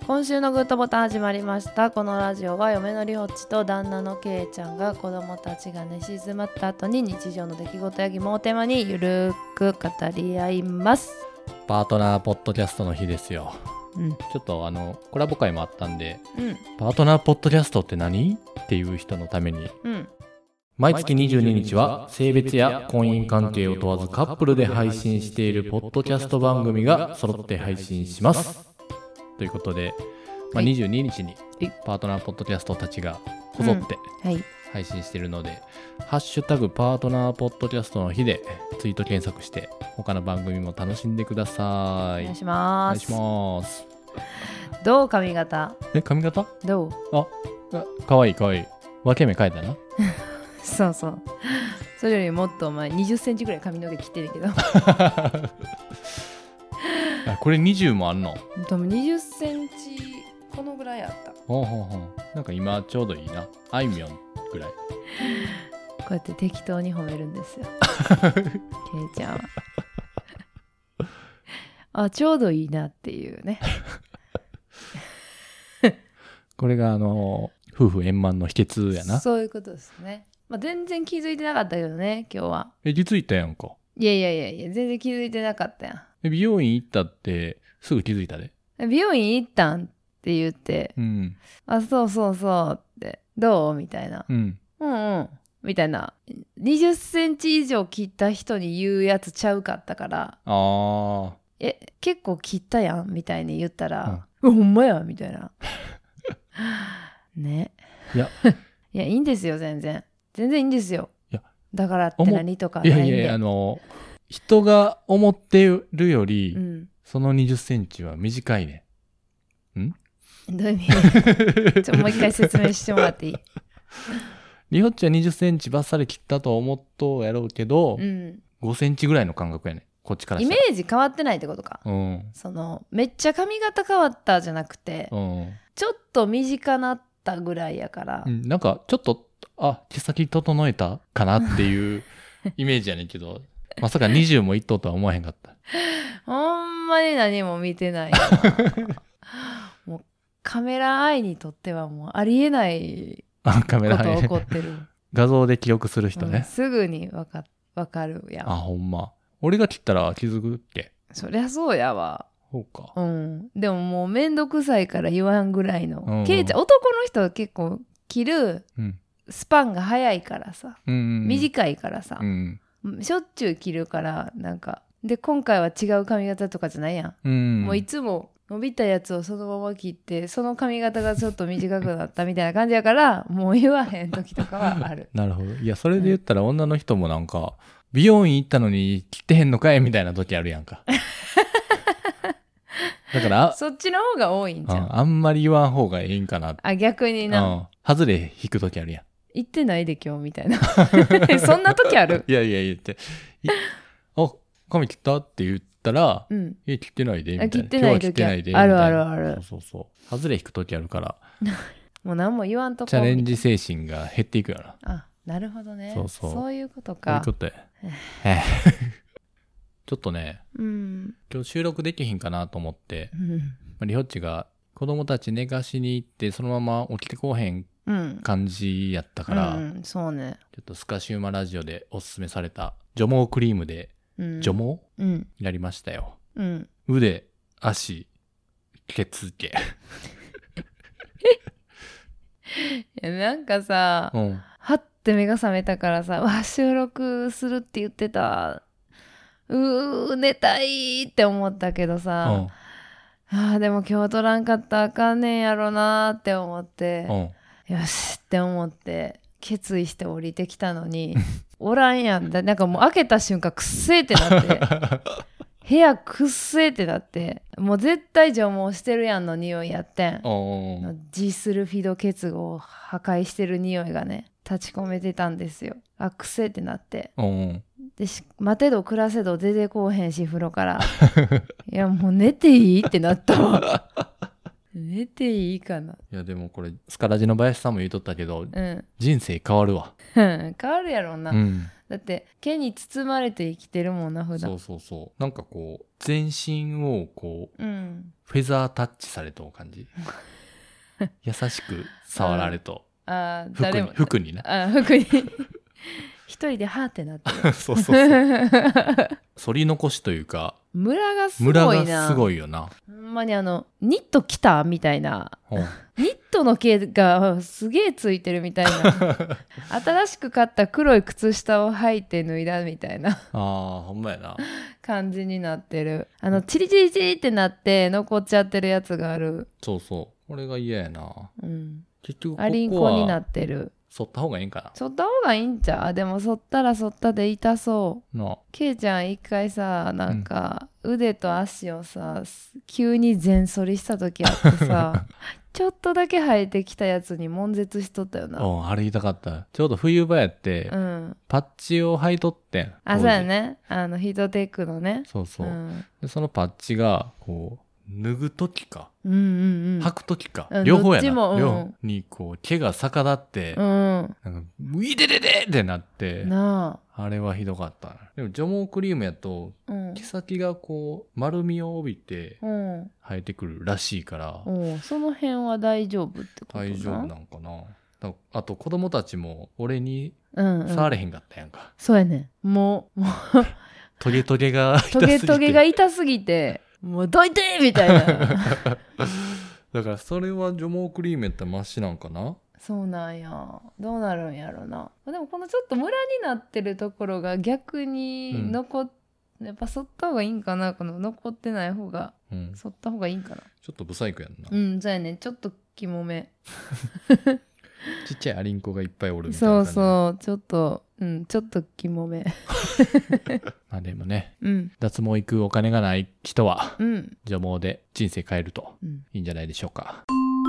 今週のグッドボタン始まりました。このラジオは嫁のりほっちと旦那のけいちゃんが子供たちが寝静まった後に日常の出来事や疑問をテーマにゆるく語り合います。 パートナーポッドキャストの日ですよ、ちょっとコラボ会もあったんで、パートナーポッドキャストって何っていう人のために、毎月22日は性別や婚姻関係を問わずカップルで配信しているポッドキャスト番組が揃って配信しますということで、22日にパートナーポッドキャストたちがこぞって配信しているので、ハッシュタグパートナーポッドキャストの日でツイート検索して他の番組も楽しんでください。 お願いします。 お願いします。 どう髪型？ 髪型？ どう？ かわいいかわいい。分け目変えたな。 そうそう。それよりもっと前20センチぐらい髪の毛切ってるけど。 これ20もあんの？ 多分20センチこのぐらいあった。 なんか今ちょうどいいな。あいみょんぐらい。 こうやって適当に褒めるんですよ。けいちゃんは。ちょうどいいなっていうね。 これが夫婦円満の秘訣やな。 そういうことですね。全然気づいてなかったけどね、今日は。 気づいたやんか。 いや全然気づいてなかったやん。 美容院行ったってすぐ気づいたで。 美容院行ったんって言って、そうってどうみたいな、みたいな20センチ以上切った人に言うやつちゃうかったから、結構切ったやんみたいに言ったら、ほんまやみたいなね。いやいいんですよ、全然いいんですよ。だからって何とかないんで。 人が思ってるより、その20センチは短いね。 どういう意味？もう一回説明してもらっていい？ りほっちは20センチバッサリ切ったと思っとうやろうけど、5センチぐらいの感覚やね。こっちからしたら。 イメージ変わってないってことか。めっちゃ髪型変わったじゃなくて、ちょっと短なったぐらいやから。 なんかちょっと、毛先整えたかなっていうイメージやねんけど、まさか20もいっとうとは思わへんかった。 ほんまに何も見てないな。もうカメラアイにとってはもうありえないこと起こってる。 画像で記憶する人ね。 すぐにわかるやん。 ほんま。俺が切ったら気づくっけ？ そりゃそうやわ。 そうか。 でももうめんどくさいから言わんぐらいの。ケイちゃん、男の人は結構切るスパンが早いからさ、短いからさ、しょっちゅう切るからなんかで今回は違う髪型とかじゃないやん。もういつも伸びたやつをそのまま切ってその髪型がちょっと短くなったみたいな感じやからもう言わへん時とかはある。 なるほど。いやそれで言ったら女の人もなんか美容院行ったのに切ってへんのかいみたいな時あるやんか。だからそっちの方が多いんじゃん。 あんまり言わん方がいいんかな。 逆にな。 外れ引く時あるやん。 行ってないで今日みたいな。そんな時ある？ いや言って髪切ったって言ったら、切ってないでみたいな。 切ってない時ある。 そう外れ引く時あるから。 もう何も言わんとこ。 チャレンジ精神が減っていくよな。 なるほどね。そういうことか。そういうことや。ちょっとね、今日収録できひんかなと思って、りほっちが子供たち寝かしに行ってそのまま起きてこうへん感じやったから、 そうね。 ちょっとスカシウマラジオでおすすめされた除毛クリームで除毛、やりましたよ。腕、足、ケツ毛。 なんかさ、はって目が覚めたからさ、収録するって言ってた。寝たいって思ったけどさ、でも今日撮らんかったらあかんねんやろなって思って、よしって思って決意して降りてきたのにおらんやん。なんかもう開けた瞬間くっせーってなって部屋くっせーってなって、もう絶対除毛してるやんの匂いやってん。ジスルフィド結合を破壊してる匂いがね立ち込めてたんですよ。くっせーってなって、で待てど暮らせど出てこうへんし風呂からいやもう寝ていいってなったわ。 寝ていいかな。 いやでもこれスカラジの林さんも言うとったけど、人生変わるわ。 変わるやろうな、だって毛に包まれて生きてるもんな普段。 そうなんかこう全身をこう、フェザータッチされと感じ優しく触られと、服にな、 服に一人でハーってなってるそう反り残しというかムラがすごいな。 ムラがすごいよな。 ほんまにニット着たみたいなニットの毛がすげえついてるみたいな新しく買った黒い靴下を履いて脱いだみたいなほんまやな感じになってる。チリチリチリってなって残っちゃってるやつがある。 そうこれが嫌やな。結局ここはアリンコになってる。 剃った方がいいんかな。 剃った方がいいんちゃう？でも剃ったら剃ったで痛そうな。ケイちゃん一回さなんか腕と足をさ急に全剃りした時あってさちょっとだけ生えてきたやつに悶絶しとったよな。 あれ痛かった。ちょうど冬場やって、パッチを履いとってん。 そうやね。ヒートテックのね。 そう、でそのパッチがこう脱ぐ時か、履く時か、両方やな。両にこう毛が逆立って、なんかウィデデデってなってあれはひどかった。でも除毛クリームやと、毛先がこう丸みを帯びて生えてくるらしいから、 その辺は大丈夫ってことな。 大丈夫なんかな。あと子供たちも俺に触れへんかったやんか。 そうやね。もうトゲトゲが痛すぎてもうどいてみたいなだからそれは除毛クリームやったらマシなんかな。 そうなんや。どうなるんやろな。でもこのちょっとムラになってるところが逆にやっぱ剃った方がいいんかな。この残ってない方が、剃った方がいいんかな。 ちょっとブサイクやんな。そうやね。ちょっとキモめちっちゃいアリンコがいっぱいおるみたいな感じ。 そうちょっとキモめまあでもね、脱毛行くお金がない人は、除毛で人生変えるといいんじゃないでしょうか。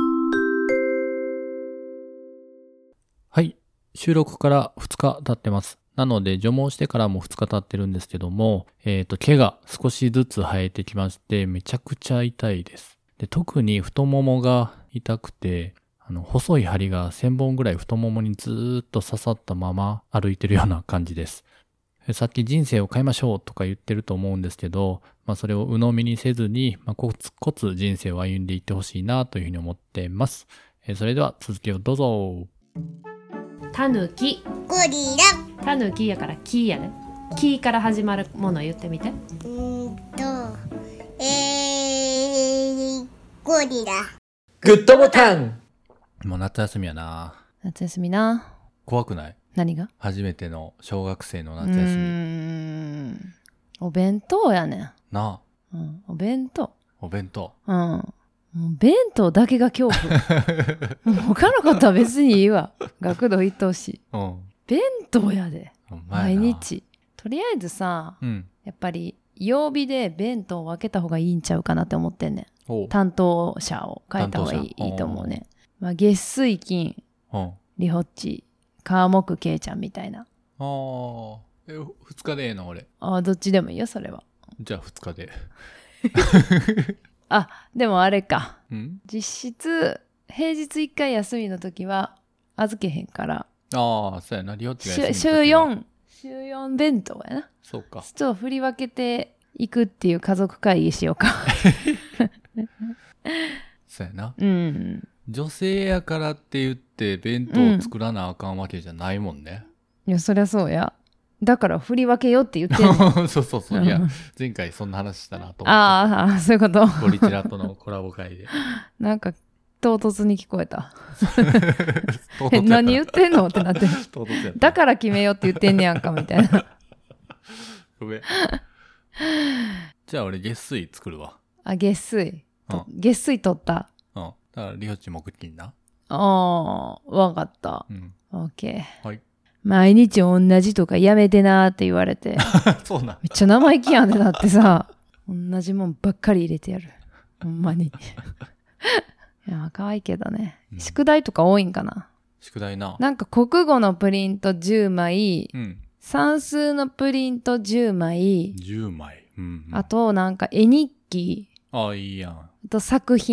はい、収録から2日経ってます。なので除毛してからも2日経ってるんですけども、毛が少しずつ生えてきまして、めちゃくちゃ痛いです。で、特に太ももが痛くて、細い針が1000本ぐらい太ももにずーっと刺さったまま歩いてるような感じです。さっき人生を変えましょうとか言ってると思うんですけど、それを鵜呑みにせずに、コツコツ人生を歩んでいってほしいなというふうに思っています。それでは続きをどうぞ。 タヌキ、 ゴリラ。 タヌキやからキやね。キから始まるもの言ってみて。 ゴリラ。 グッドボタン。もう夏休みやな。 夏休みな。 怖くない？ 何が？ 初めての小学生の夏休み。 お弁当やねんなあ。お弁当。弁当だけが恐怖他のことは別にいいわ。学童一等し、弁当やで。毎日とりあえずさ、やっぱり曜日で弁当を分けた方がいいんちゃうかなって思ってんねん。担当者を変えた方がいいと思うね。月水金リホッチ川木けいちゃんみたいな。 2日でええの俺。 どっちでもいいよそれは。 じゃあ2日ででもあれか、実質平日1回休みの時は預けへんから。 そうやな。リホッチが休みの時は週4弁当やな。 そうか。 ちょっと振り分けていくっていう家族会議しようかそうやな。女性やからって言って弁当を作らなあかんわけじゃないもんね。 いやそりゃそうや。だから振り分けようって言ってんのそういや前回そんな話したなと思って。 そういうことゴリチラとのコラボ会でなんか唐突に聞こえた何言ってんのってなってだから決めようって言ってんねやんかみたいなごめんじゃあ俺月水作るわ。 月水取った。 だからリホッチ木金な。 わかった。オッケー。 はい。 毎日同じとかやめてなーって言われてそうなん。 めっちゃ生意気やんってなってさ同じもんばっかり入れてやる。ほんまにいや可愛いけどね、宿題とか多いんかな。 宿題な。 なんか国語のプリント10枚、算数のプリント10枚、 10枚、 あとなんか絵日記、 いいやん。 あと作品、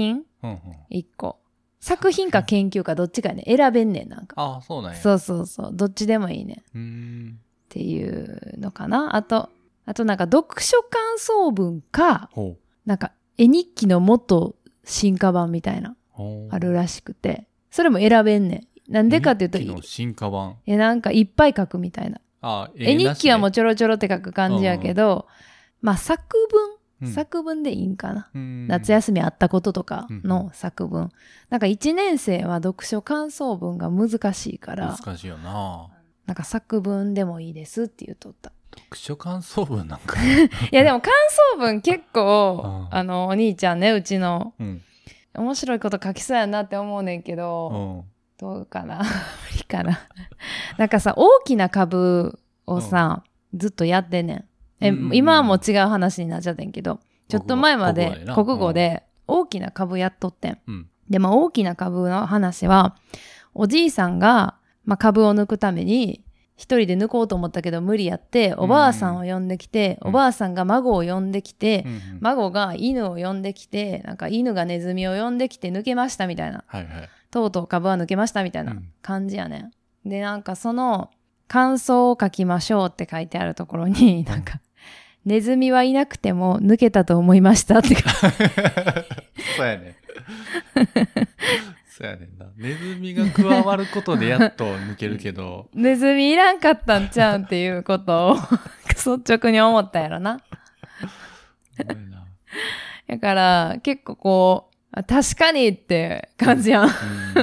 1個。作品か研究かどっちかね、選べんねん、なんか。 あ、そうなんや。 そうそうそう。どっちでもいいね。っていうのかな。あとなんか読書感想文か、なんか絵日記の元進化版みたいな、あるらしくて、それも選べんねん。なんでかっていうと、 絵日記の進化版。 なんかいっぱい書くみたいな。絵日記はもうちょろちょろって書く感じやけど、まあ作文でいいんかな。夏休みあったこととかの作文。なんか1年生は読書感想文が難しいから。 難しいよな。 なんか作文でもいいですって言うとった。 読書感想文なんかいやでも感想文結構、お兄ちゃんね、うちの、面白いこと書きそうやなって思うねんけど、どうかな無理かな。なんかさ、大きな株をさ、ずっとやってんねん。今はもう違う話になっちゃってんけど、ちょっと前まで国語で大きな株やっとってん。で、まあ大きな株の話は、おじいさんが、まあ、株を抜くために、一人で抜こうと思ったけど無理やって、おばあさんを呼んできて、おばあさんが孫を呼んできて、孫が犬を呼んできて、なんか犬がネズミを呼んできて抜けましたみたいな。とうとう株は抜けましたみたいな感じやねん。で、なんかその、感想を書きましょうって書いてあるところに、なんか、ネズミはいなくても抜けたと思いましたって書いてそうやね。そうやねんな。ネズミが加わることでやっと抜けるけど。 ネズミいらんかったんちゃうんっていうことを率直に思ったやろな。だから結構こう、確かにって感じやん。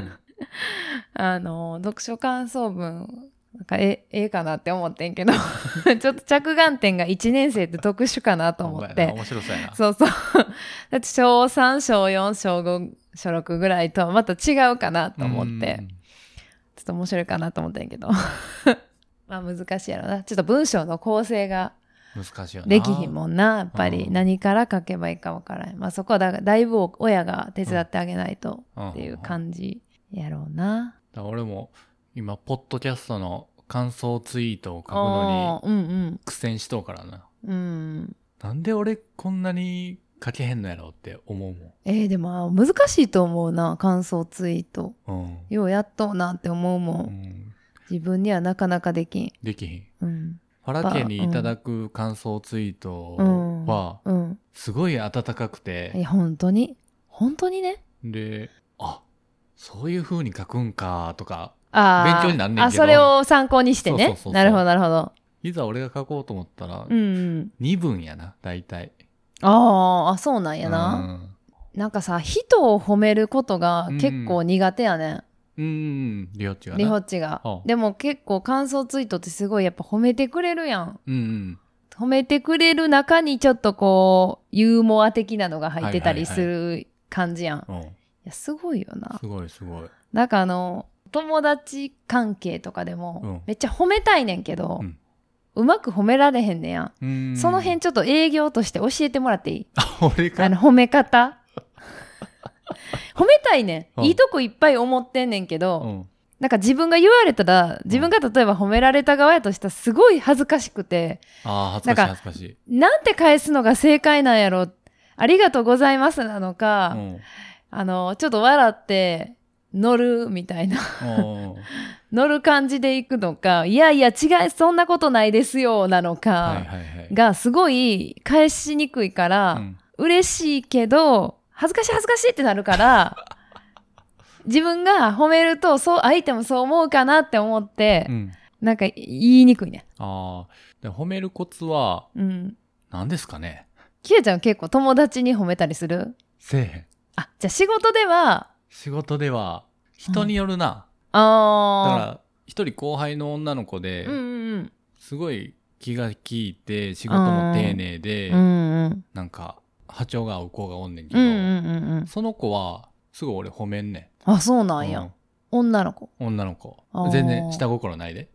読書感想文、なんかええかなって思ってんけど、ちょっと着眼点が1年生って特殊かなと思って。 面白そうやな。 そうそう。だって小3、小4、小5、小6ぐらいとはまた違うかなと思って、ちょっと面白いかなと思ったんやけど。まあ難しいやろな。ちょっと文章の構成が難しいよな。 できひんもんな。やっぱり何から書けばいいか分からん。まあそこはだいぶ親が手伝ってあげないとっていう感じやろうな。 俺も今、ポッドキャストの感想ツイートを書くのに苦戦しとうからな。なんで俺こんなに書けへんのやろって思うもん。でも難しいと思うな、感想ツイート。ようやっとうなって思うもん。自分にはなかなかできん。 できひん。ファラ家にいただく感想ツイートは、すごい温かくて。 本当にね。 で、そういう風に書くんかとか、勉強になんねんけど。 それを参考にしてね。なるほど、なるほど。 いざ俺が書こうと思ったら、2文やな、大体。 そうなんやな。なんかさ、人を褒めることが結構苦手やねん。 リホッチがな。 リホッチが。でも結構感想ツイートってすごいやっぱ褒めてくれるやん。褒めてくれる中にちょっとこう、ユーモア的なのが入ってたりする感じやん。いや、すごいよな。 すごいすごい。 なんか友達関係とかでも、めっちゃ褒めたいねんけど、うまく褒められへんねやん。その辺ちょっと営業として教えてもらっていい？ 俺か？ 褒め方褒めたいねん。いいとこいっぱい思ってんねんけど、なんか自分が言われたら、自分が例えば褒められた側やとしたらすごい恥ずかしくて。 恥ずかしい恥ずかしい。 なんて返すのが正解なんやろ。ありがとうございますなのか、ちょっと笑って乗るみたいな。乗る感じでいくのか、いやいや違い、そんなことないですよなのかがすごい返しにくいから、嬉しいけど恥ずかしい恥ずかしいってなるから自分が褒めると相手もそう思うかなって思って、なんか言いにくいね。 で褒めるコツは何ですかね。 キエちゃん結構友達に褒めたりする？ せえへん。 じゃあ仕事では人によるな。だから一人後輩の女の子で、すごい気が利いて仕事も丁寧で、なんか波長が合う子がおんねんけど、その子はすごい俺褒めんねん。そうなんや。女の子。 全然下心ないで。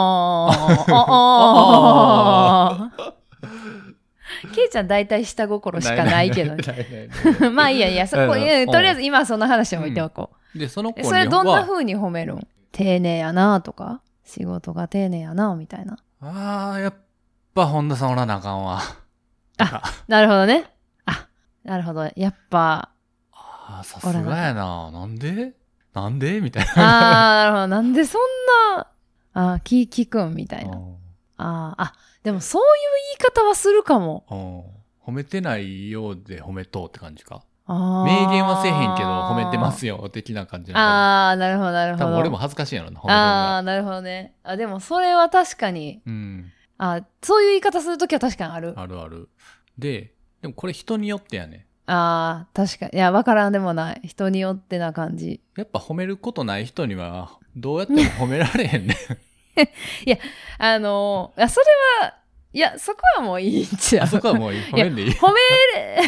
ケイちゃん大体下心しかないけどね。まあいいや、そこ、とりあえず今はその話を置いておこう。 で、その子には。 それどんな風に褒めるん？丁寧やなとか、仕事が丁寧やなみたいな。 やっぱ本田さんおらなあかんわ。 なるほどね。なるほど。やっぱ、 さすがやな。なんでみたいな。 なるほど。なんでそんな、聞くんみたいな。でもそういう言い方はするかも。 褒めてないようで褒めとうって感じか。明言はせえへんけど褒めてますよ的な感じなるほどなるほど。 多分俺も恥ずかしいやろな、褒めてるのが。 なるほどね。でもそれは確かに、そういう言い方するときは確かにある。 ある。でもこれ人によってやね。 確かに。いや、わからんでもない。人によってな感じ。 やっぱ褒めることない人にはどうやっても褒められへんねいや、それは、いや、そこはもういいんちゃう。 そこはもういい。褒めんでいい。 褒めれ、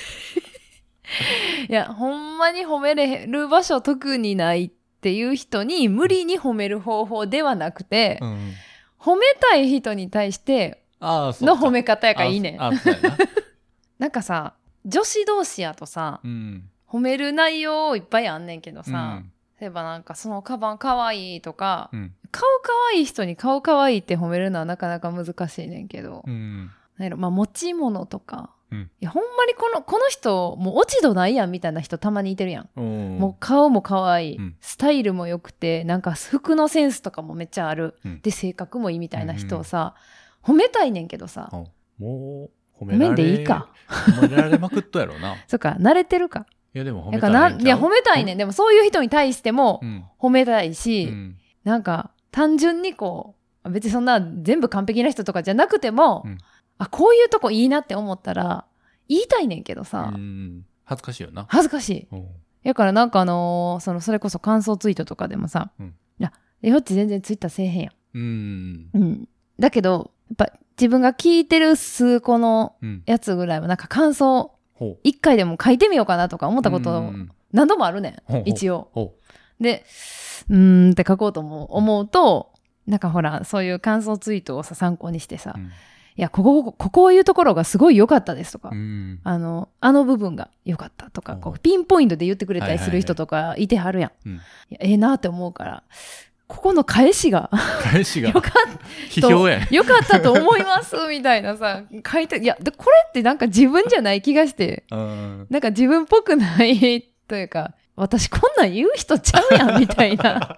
いや、ほんまに褒めれる場所特にないっていう人に無理に褒める方法ではなくて、褒めたい人に対しての褒め方やからいいねん。なんかさ、女子同士やとさ、褒める内容いっぱいあんねんけどさ、例えばなんかそのカバンかわいいとか、顔かわいい人に顔かわいいって褒めるのはなかなか難しいねんけど、持ち物とか、いやほんまにこの人もう落ち度ないやんみたいな人たまにいてるやん。もう顔もかわいい、スタイルも良くて、なんか服のセンスとかもめっちゃある、で性格もいいみたいな人をさ、褒めたいねんけどさ、 もう褒めんでいいか。 褒められまくっとやろな。 そっか、慣れてるか。 いやでも褒めたらいいんちゃう？ いや褒めたいねん。でもそういう人に対しても褒めたいし、なんか単純にこう別にそんな全部完璧な人とかじゃなくても、こういうとこいいなって思ったら言いたいねんけどさ、 恥ずかしいよな。 恥ずかしい。だからなんかそれこそ感想ツイートとかでもさ、いやよっち全然ツイッターせえへんやん。だけどやっぱ自分が聞いてる数個のやつぐらいはなんか感想一回でも書いてみようかなとか思ったこと何度もあるねん、一応。でって書こうと思うと、なんかほらそういう感想ツイートをさ参考にしてさ、いやこういうところがすごい良かったですとか、あの部分が良かったとか、こうピンポイントで言ってくれたりする人とかいてはるやん。いやええなって思うから、ここの返しがよかったと思いますみたいなさ書いて、いやこれってなんか自分じゃない気がして、なんか自分っぽくないというか、私こんなん言う人ちゃうやんみたいな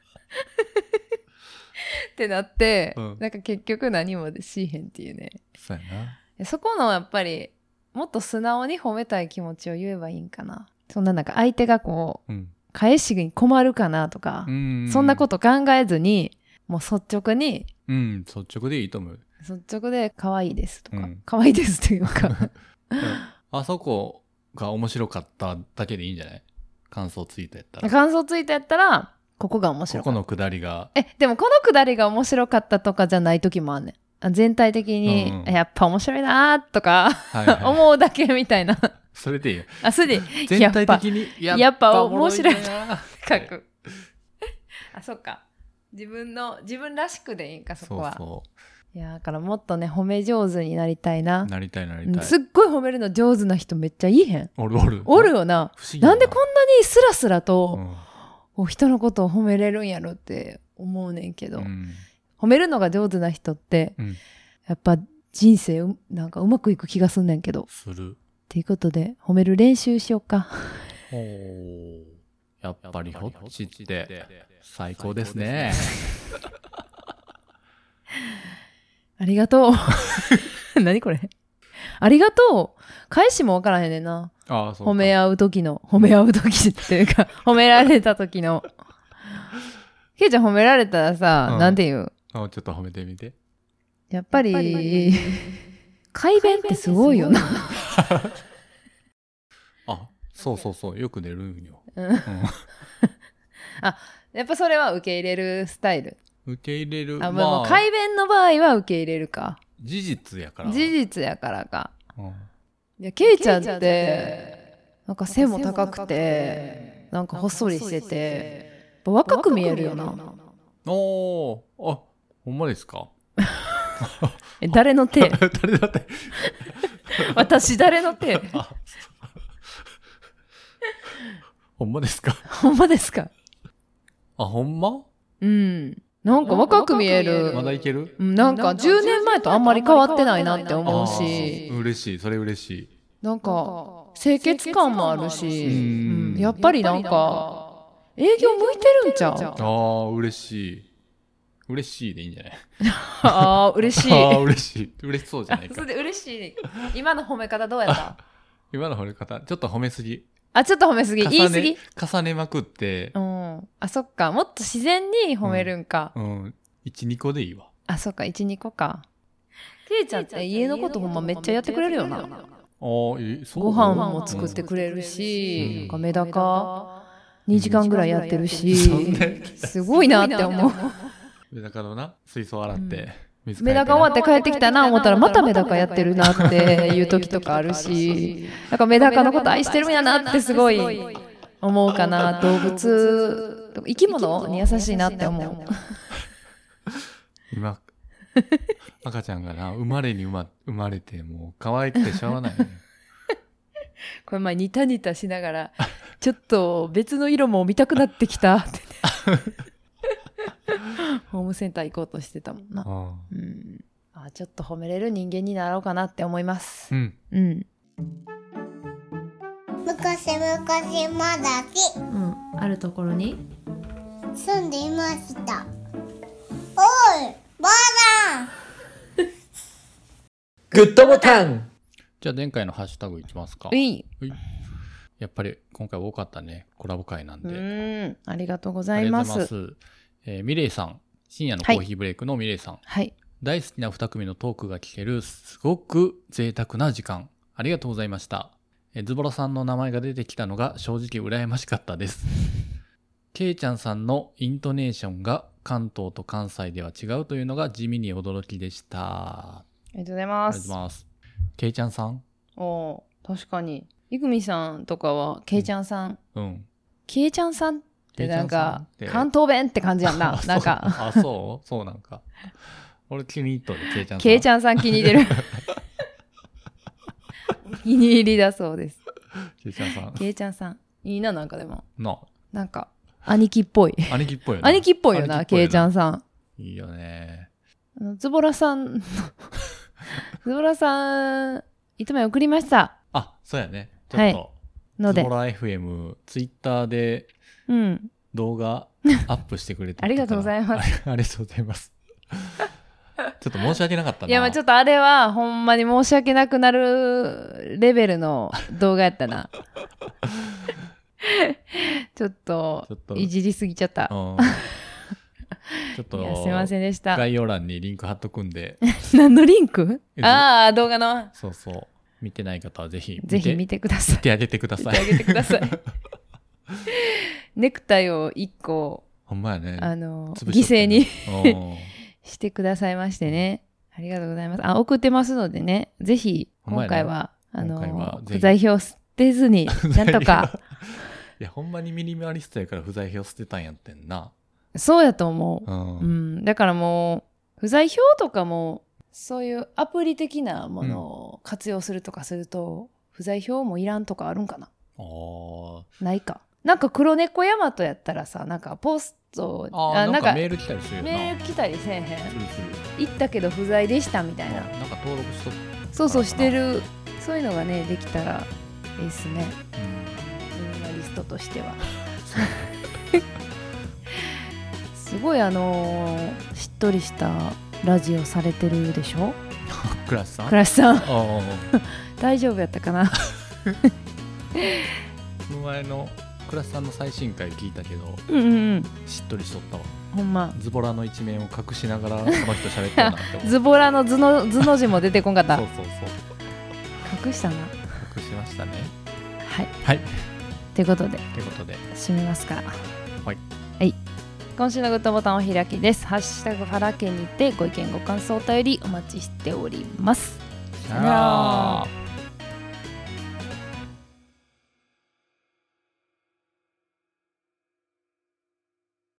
ってなって、なんか結局何もしへんっていうね。 そうやな。そこのやっぱりもっと素直に褒めたい気持ちを言えばいいんかな。そんななんか相手がこう、返しに困るかなとか、そんなこと考えずに、もう率直に、 率直でいいと思う。 率直で可愛いですとか、可愛いですというかあそこが面白かっただけでいいんじゃない？感想ツイートやったら。 感想ツイートやったら、ここが面白かった。 ここのくだりが。 でもこのくだりが面白かったとかじゃない時もあんねん。全体的に、やっぱ面白いなーとか、思うだけみたいな。 それでいいよ。 それで全体的にやっぱ面白いな書く。そっか。自分らしくでいいんか、そこは。いやだからもっとね褒め上手になりたいな。 なりたい。 すっごい褒めるの上手な人めっちゃいいへん。おるよな。なんでこんなにスラスラと、人のことを褒めれるんやろって思うねんけど、褒めるのが上手な人って、やっぱ人生なんかうまくいく気がすんねんけど。 する。 ということで褒める練習しようか。 やっぱりホッチって最高ですね。 ありがとう。何これ。ありがとう。返しも分からへんねんな。褒め合う時っていうか褒められた時の。ケイちゃん褒められたらさ、なんて言う？ ちょっと褒めてみて。 やっぱり快便ってすごいよな。 そうよく出るんよ。 やっぱそれは受け入れるスタイル。 受け入れる。 もう快便の場合は受け入れるか。 事実やからか。いやケイちゃんってなんか背も高くてなんかほっそりしてて若く見えるよな。 ほんまですか？ 誰の手？ 誰だって。 私誰の手？ ほんまですか？ ほんまですか？ ほんま？ なんか若く見える。 まだいける？ なんか10年前とあんまり変わってないなって思うし。 嬉しい。それ嬉しい。 なんか清潔感もあるし、やっぱりなんか営業向いてるんちゃう？ ああ、嬉しいでいいんじゃない？ ああ、嬉しい。 ああ、嬉しそうじゃないか。 それで嬉しい。今の褒め方どうやった？ 今の褒め方ちょっと褒めすぎ。 あ、ちょっと褒めすぎ。言いすぎ。 重ねまくって。 あ、そっか。もっと自然に褒めるんか。 1、2個でいいわ。 あ、そっか。1、2個か。けいちゃんって家のことほんまめっちゃやってくれるよな。 そうご飯も作ってくれるし、メダカ2時間ぐらいやってるし、すごいなって思う。 メダカのな、水槽洗って、 メダカ終わって帰ってきたな思ったらまたメダカやってるなっていう時とかあるし、なんかメダカのこと愛してるんやなってすごい思うかな。動物、生き物に優しいなって思う。 今赤ちゃんがな、生まれてもう可愛くてしょうがない、ね。 これ前ニタニタしながらちょっと別の色も見たくなってきたって、ね、ホームセンター行こうとしてたもんな。ちょっと褒めれる人間になろうかなって思います。 昔まだき、 あるところに住んでいました。おいばあさんグッドボタン。じゃあ前回のハッシュタグいきますか。やっぱり今回多かったね。コラボ会なんで。 ありがとうございます。 ミレイさん、深夜のコーヒーブレイクのミレイさん、大好きな2組のトークが聞けるすごく贅沢な時間、ありがとうございました。ズボラさんの名前が出てきたのが正直羨ましかったです。ケイちゃんさんのイントネーションが関東と関西では違うというのが地味に驚きでした。 ありがとうございます。 ケイちゃんさん、 確かにいくみさんとかはケイちゃんさん、ケイちゃんさんってなんか関東弁って感じやんな。なんかそうなんか俺気に入っとる。ケイちゃんさん、 ケイちゃんさん気に入ってる。気に入りだそうです。 ケイちゃんさん、 ケイちゃんさんいいな。なんかでもなんか兄貴っぽいよな。ケイちゃんさんいいよね。 ズボラさん糸目送りました。 あ、そうやね。ちょっと、のでズボラ FM ツイッターで動画アップしてくれてありがとうございます。 ありがとうございます。ちょっと申し訳なかったな。 いや、ちょっとあれはほんまに申し訳なくなるレベルの動画やったな。ちょっといじりすぎちゃった。ちょっとすいませんでした。 概要欄にリンク貼っとくんで。 何のリンク？動画の。 そう。見てない方はぜひ見てください。 見てあげてください。 ネクタイを1個ほんまやね。 犠牲にしてくださいましてね。ありがとうございます。送ってますのでね。ぜひ今回は不在票捨てずになんとか。 いやほんまにミニマリストやから不在票捨てたんやってんな。 そうやと思う。だからもう不在票とかもそういうアプリ的なものを活用するとかすると、不在票もいらんとかあるんかな。ないか。なんか黒猫ヤマトやったらさ、なんかポストなんかメール来たりするよな。 メール来たりせえへん。行ったけど不在でしたみたいな。 なんか登録しとく。 そうしてる。そういうのがねできたらいいっすね。ミニマリストとしては。すごいしっとりしたラジオされてるでしょ。 クラスさん大丈夫やったかな。この前のクラスさんの最新回聞いたけど、しっとりしとったわ。 ほんまズボラの一面を隠しながらこの人喋ってるなって思う。 ズボラの図の字も出てこんかった。 そう隠したな。 隠しましたね。 はいということで締めますか。 はい。 今週のグッドボタンお開きです。ハッシュタグハラケにてご意見ご感想お便りお待ちしております。 さよなら。